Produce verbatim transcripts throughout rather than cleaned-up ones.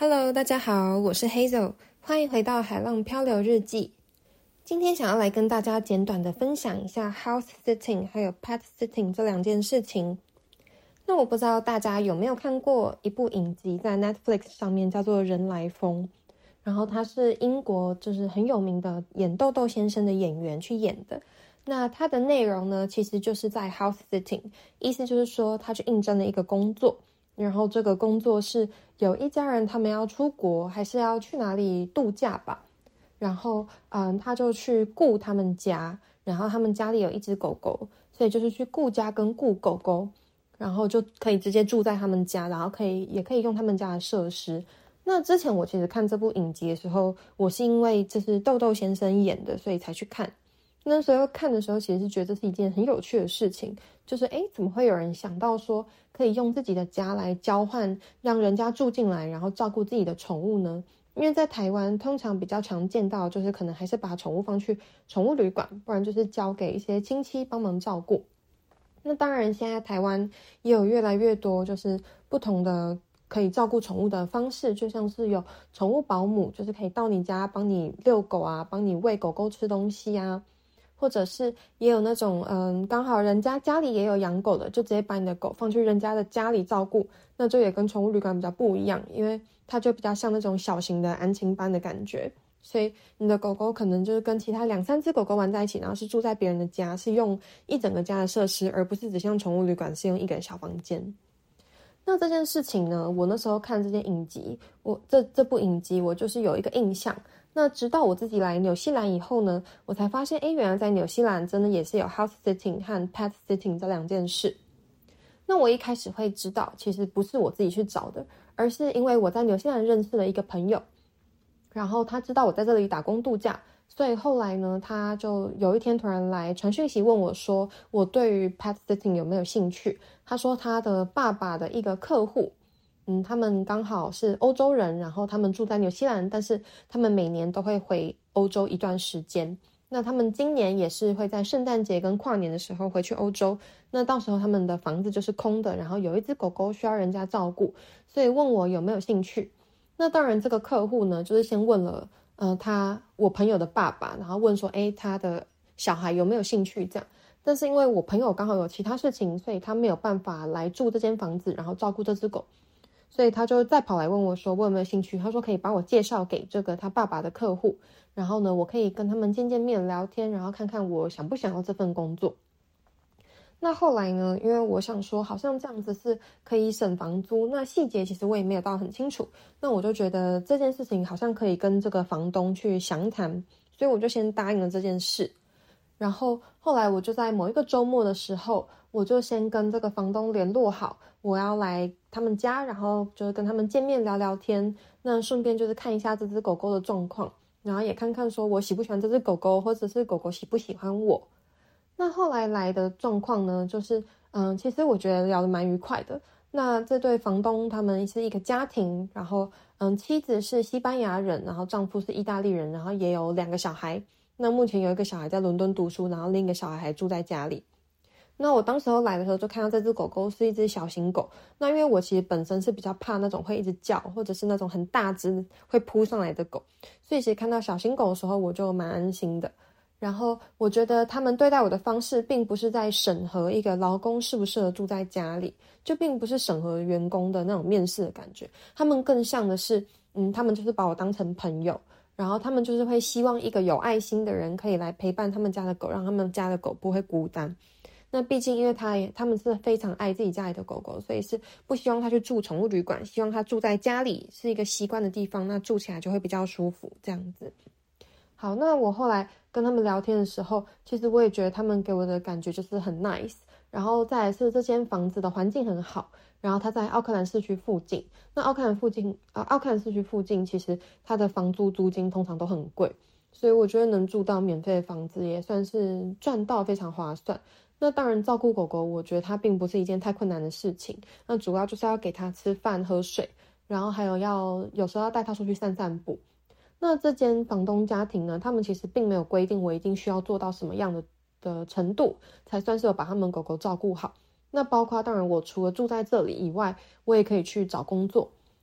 Hello， 大家好，我是 Hazel， 欢迎回到海浪漂流日记。今天想要来跟大家简短的分享一下 house sitting 还有 pet sitting 这两件事情。那我不知道大家有没有看过一部影集在 Netflix 上面叫做《人来疯》，然后他是英国就是很有名的演豆豆先生的演员去演的。那他的内容呢，其实就是在 house sitting， 意思就是说他去应征了一个工作，然后这个工作是有一家人他们要出国，还是要去哪里度假吧，然后嗯，他就去顾他们家，然后他们家里有一只狗狗，所以就是去顾家跟顾狗狗，然后就可以直接住在他们家，然后可以也可以用他们家的设施。那之前我其实看这部影集的时候，我是因为这是豆豆先生演的，所以才去看。那时候看的时候，其实是觉得这是一件很有趣的事情，就是诶，怎么会有人想到说可以用自己的家来交换，让人家住进来，然后照顾自己的宠物呢？因为在台湾通常比较常见到，就是可能还是把宠物放去宠物旅馆，不然就是交给一些亲戚帮忙照顾。那当然，现在台湾也有越来越多就是不同的可以照顾宠物的方式，就像是有宠物保姆，就是可以到你家帮你遛狗啊，帮你喂狗狗吃东西啊。或者是也有那种嗯，刚好人家家里也有养狗的，就直接把你的狗放去人家的家里照顾，那就也跟宠物旅馆比较不一样，因为它就比较像那种小型的安亲班的感觉，所以你的狗狗可能就是跟其他两三只狗狗玩在一起，然后是住在别人的家，是用一整个家的设施，而不是只像宠物旅馆是用一个小房间。那这件事情呢，我那时候看这件影集，我这这部影集我就是有一个印象。那直到我自己来纽西兰以后呢，我才发现，诶，原来在纽西兰真的也是有 house sitting 和 pet sitting 这两件事。那我一开始会知道，其实不是我自己去找的，而是因为我在纽西兰认识了一个朋友，然后他知道我在这里打工度假，所以后来呢，他就有一天突然来传讯息问我说，我对于 pet sitting 有没有兴趣？他说他的爸爸的一个客户。嗯，他们刚好是欧洲人，然后他们住在纽西兰，但是他们每年都会回欧洲一段时间。那他们今年也是会在圣诞节跟跨年的时候回去欧洲。那到时候他们的房子就是空的，然后有一只狗狗需要人家照顾，所以问我有没有兴趣。那当然，这个客户呢，就是先问了，呃，他我朋友的爸爸，然后问说，诶，他的小孩有没有兴趣这样。但是因为我朋友刚好有其他事情，所以他没有办法来住这间房子，然后照顾这只狗。所以他就再跑来问我说我有没有兴趣，他说可以把我介绍给这个他爸爸的客户，然后呢我可以跟他们见见面聊天，然后看看我想不想要这份工作。那后来呢，因为我想说好像这样子是可以省房租，那细节其实我也没有到很清楚，那我就觉得这件事情好像可以跟这个房东去详谈，所以我就先答应了这件事。然后后来我就在某一个周末的时候，我就先跟这个房东联络好，我要来他们家，然后就是跟他们见面聊聊天，那顺便就是看一下这只狗狗的状况，然后也看看说我喜不喜欢这只狗狗，或者是狗狗喜不喜欢我。那后来来的状况呢，就是嗯，其实我觉得聊得蛮愉快的。那这对房东他们是一个家庭，然后嗯，妻子是西班牙人，然后丈夫是意大利人，然后也有两个小孩。那目前有一个小孩在伦敦读书，然后另一个小孩还住在家里。那我当时候来的时候就看到这只狗狗是一只小型狗，那因为我其实本身是比较怕那种会一直叫，或者是那种很大只会扑上来的狗，所以其实看到小型狗的时候我就蛮安心的。然后我觉得他们对待我的方式并不是在审核一个劳工适不适合住在家里，就并不是审核员工的那种面试的感觉，他们更像的是嗯，他们就是把我当成朋友，然后他们就是会希望一个有爱心的人可以来陪伴他们家的狗，让他们家的狗不会孤单。那毕竟因为他也他们是非常爱自己家里的狗狗，所以是不希望他去住宠物旅馆，希望他住在家里是一个习惯的地方，那住起来就会比较舒服这样子。好，那我后来跟他们聊天的时候，其实我也觉得他们给我的感觉就是很 nice， 然后再来是这间房子的环境很好，然后它在奥克兰市区附近。那奥克兰附近啊，奥克兰市区附近其实它的房租租金通常都很贵，所以我觉得能住到免费的房子也算是赚到，非常划算。那当然照顾狗狗我觉得它并不是一件太困难的事情，那主要就是要给它吃饭喝水，然后还有要有时候要带它出去散散步。那这间房东家庭呢，他们其实并没有规定我一定需要做到什么样的的程度才算是有把他们狗狗照顾好。那包括当然我除了住在这里以外，我也可以去找工作，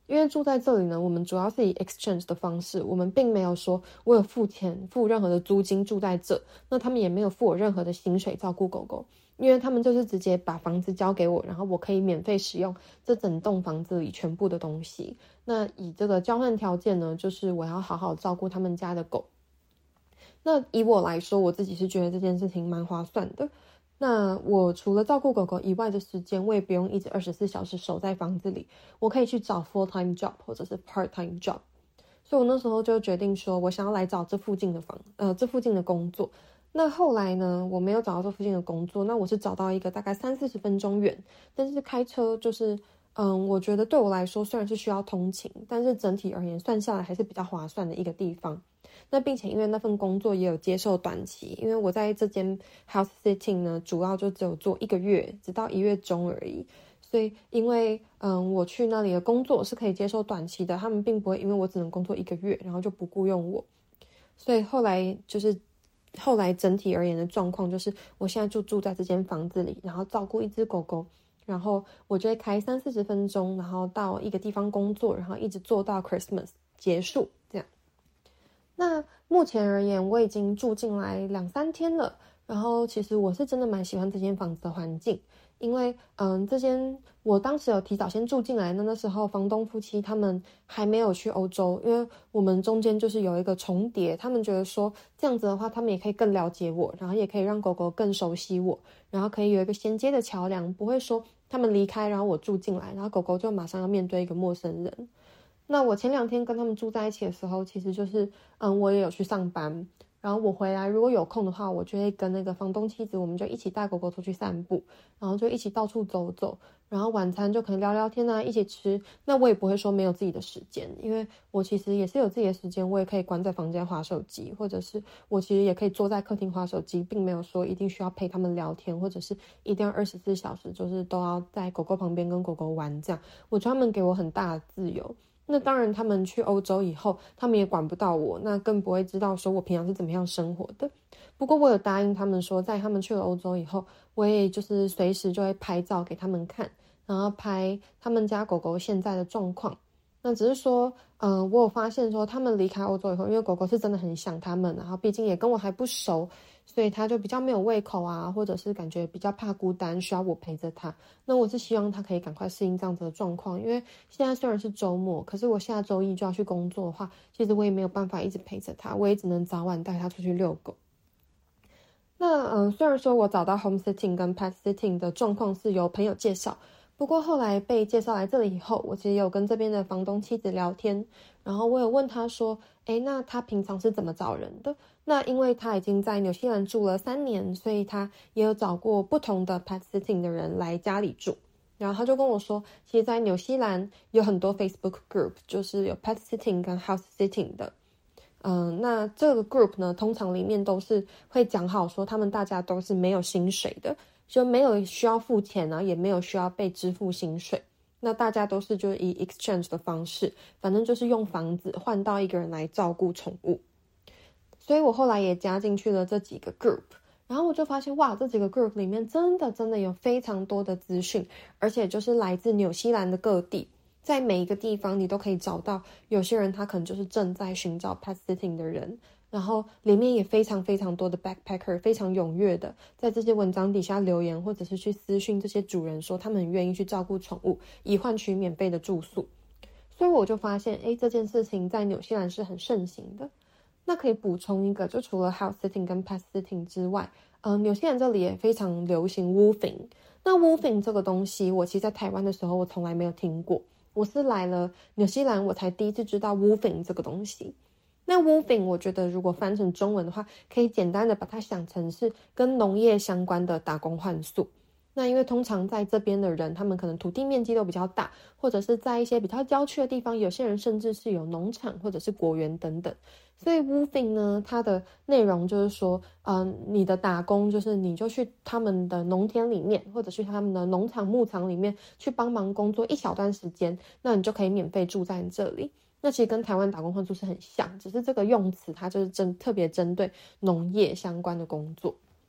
因为住在这里呢，我们主要是以 exchange 的方式，我们并没有说我有付钱付任何的租金住在这，那他们也没有付我任何的薪水照顾狗狗，因为他们就是直接把房子交给我，然后我可以免费使用这整栋房子里全部的东西。那以这个交换条件呢，就是我要好好照顾他们家的狗。那以我来说，我自己是觉得这件事情蛮划算的。那我除了照顾狗狗以外的时间，我也不用一直二十四小时守在房子里，我可以去找 full time job 或者是 part time job。所以我那时候就决定说，我想要来找这附近的房，呃，这附近的工作。那后来呢，我没有找到这附近的工作，那我是找到一个大概三四十分钟远，但是开车就是，嗯，我觉得对我来说虽然是需要通勤，但是整体而言算下来还是比较划算的一个地方。那并且因为那份工作也有接受短期，因为我在这间 house sitting 呢，主要就只有做一个月，直到一月中而已。所以因为嗯我去那里的工作是可以接受短期的，他们并不会因为我只能工作一个月，然后就不雇佣我。所以后来就是后来整体而言的状况就是，我现在就住在这间房子里，然后照顾一只狗狗。然后我就会开三四十分钟，然后到一个地方工作，然后一直做到 Christmas 结束这样。那目前而言，我已经住进来两三天了。然后其实我是真的蛮喜欢这间房子的环境，因为嗯，这间我当时有提早先住进来，那那时候房东夫妻他们还没有去欧洲，因为我们中间就是有一个重叠，他们觉得说这样子的话，他们也可以更了解我，然后也可以让狗狗更熟悉我，然后可以有一个衔接的桥梁，不会说他们离开，然后我住进来，然后狗狗就马上要面对一个陌生人。那我前两天跟他们住在一起的时候，其实就是，嗯，我也有去上班，然后我回来如果有空的话，我就会跟那个房东妻子，我们就一起带狗狗出去散步，然后就一起到处走走，然后晚餐就可能聊聊天啊，一起吃。那我也不会说没有自己的时间，因为我其实也是有自己的时间，我也可以关在房间滑手机，或者是我其实也可以坐在客厅滑手机，并没有说一定需要陪他们聊天，或者是一定要二十四小时就是都要在狗狗旁边跟狗狗玩这样。我觉得他们给我很大的自由。那当然他们去欧洲以后，他们也管不到我，那更不会知道说我平常是怎么样生活的。不过我有答应他们说，在他们去了欧洲以后，我也就是随时就会拍照给他们看，然后拍他们家狗狗现在的状况。那只是说嗯、呃，我有发现说他们离开欧洲以后，因为狗狗是真的很想他们，然后毕竟也跟我还不熟，所以他就比较没有胃口啊，或者是感觉比较怕孤单，需要我陪着他。那我是希望他可以赶快适应这样子的状况，因为现在虽然是周末，可是我下周一就要去工作的话，其实我也没有办法一直陪着他，我也只能早晚带他出去遛狗。那嗯、呃，虽然说我找到 home sitting 跟 pet sitting 的状况是由朋友介绍，不过后来被介绍来这里以后，我其实有跟这边的房东妻子聊天，然后我有问他说，诶，那他平常是怎么找人的？那因为他已经在纽西兰住了三年，所以他也有找过不同的 pet sitting 的人来家里住。然后他就跟我说，其实在纽西兰有很多 Facebook group， 就是有 pet sitting 跟 house sitting 的。嗯，那这个 group 呢，通常里面都是会讲好说，他们大家都是没有薪水的，就没有需要付钱啊，也没有需要被支付薪水。那大家都是就是以 exchange 的方式，反正就是用房子换到一个人来照顾宠物。所以我后来也加进去了这几个 group， 然后我就发现哇，这几个 group 里面真的真的有非常多的资讯，而且就是来自纽西兰的各地。在每一个地方你都可以找到有些人他可能就是正在寻找 pet sitting 的人，然后里面也非常非常多的 backpacker 非常踊跃的在这些文章底下留言，或者是去私讯这些主人说他们很愿意去照顾宠物以换取免费的住宿。所以我就发现诶，这件事情在纽西兰是很盛行的。那可以补充一个，就除了 house sitting 跟 pet sitting 之外，呃，纽西兰这里也非常流行 woofing。那 woofing 这个东西我其实在台湾的时候我从来没有听过，我是来了纽西兰我才第一次知道 woofing 这个东西。那 woofing 我觉得如果翻成中文的话，可以简单的把它想成是跟农业相关的打工换宿。那因为通常在这边的人，他们可能土地面积都比较大，或者是在一些比较郊区的地方，有些人甚至是有农场或者是果园等等。所以 woofing 呢，它的内容就是说，嗯、呃，你的打工就是你就去他们的农田里面，或者去他们的农场牧场里面去帮忙工作一小段时间，那你就可以免费住在这里。那其实跟台湾打工换宿是很像，只是这个用词它就是针特别针对农业相关的工作。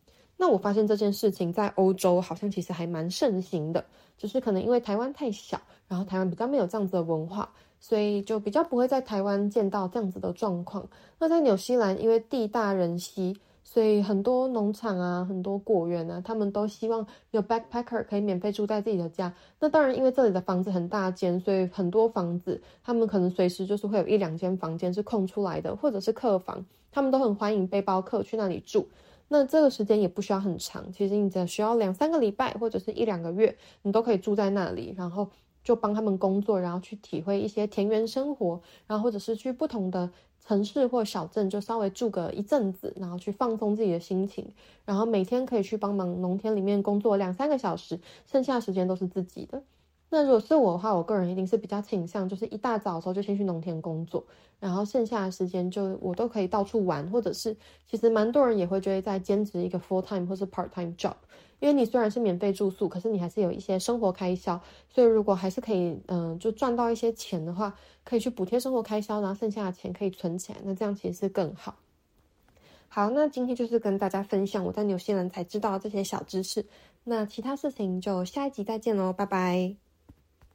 那我发现这件事情在欧洲好像其实还蛮盛行的，就是可能因为台湾太小，然后台湾比较没有这样子的文化，所以就比较不会在台湾见到这样子的状况。那在纽西兰，因为地大人稀，所以很多农场啊，很多果园啊，他们都希望有 backpacker 可以免费住在自己的家。那当然，因为这里的房子很大间，所以很多房子他们可能随时就是会有一两间房间是空出来的，或者是客房，他们都很欢迎背包客去那里住。那这个时间也不需要很长，其实你只需要两三个礼拜或者是一两个月，你都可以住在那里，然后就帮他们工作，然后去体会一些田园生活，然后或者是去不同的城市或小镇就稍微住个一阵子，然后去放松自己的心情，然后每天可以去帮忙农田里面工作两三个小时，剩下的时间都是自己的。那如果是我的话，我个人一定是比较倾向就是一大早的时候就先去农田工作，然后剩下的时间就我都可以到处玩，或者是其实蛮多人也会觉得在兼职一个 full time 或是 part time job， 因为你虽然是免费住宿，可是你还是有一些生活开销，所以如果还是可以嗯、呃，就赚到一些钱的话，可以去补贴生活开销，然后剩下的钱可以存起来，那这样其实是更好。好，那今天就是跟大家分享我在纽西兰才知道这些小知识，那其他事情就下一集再见咯，拜拜。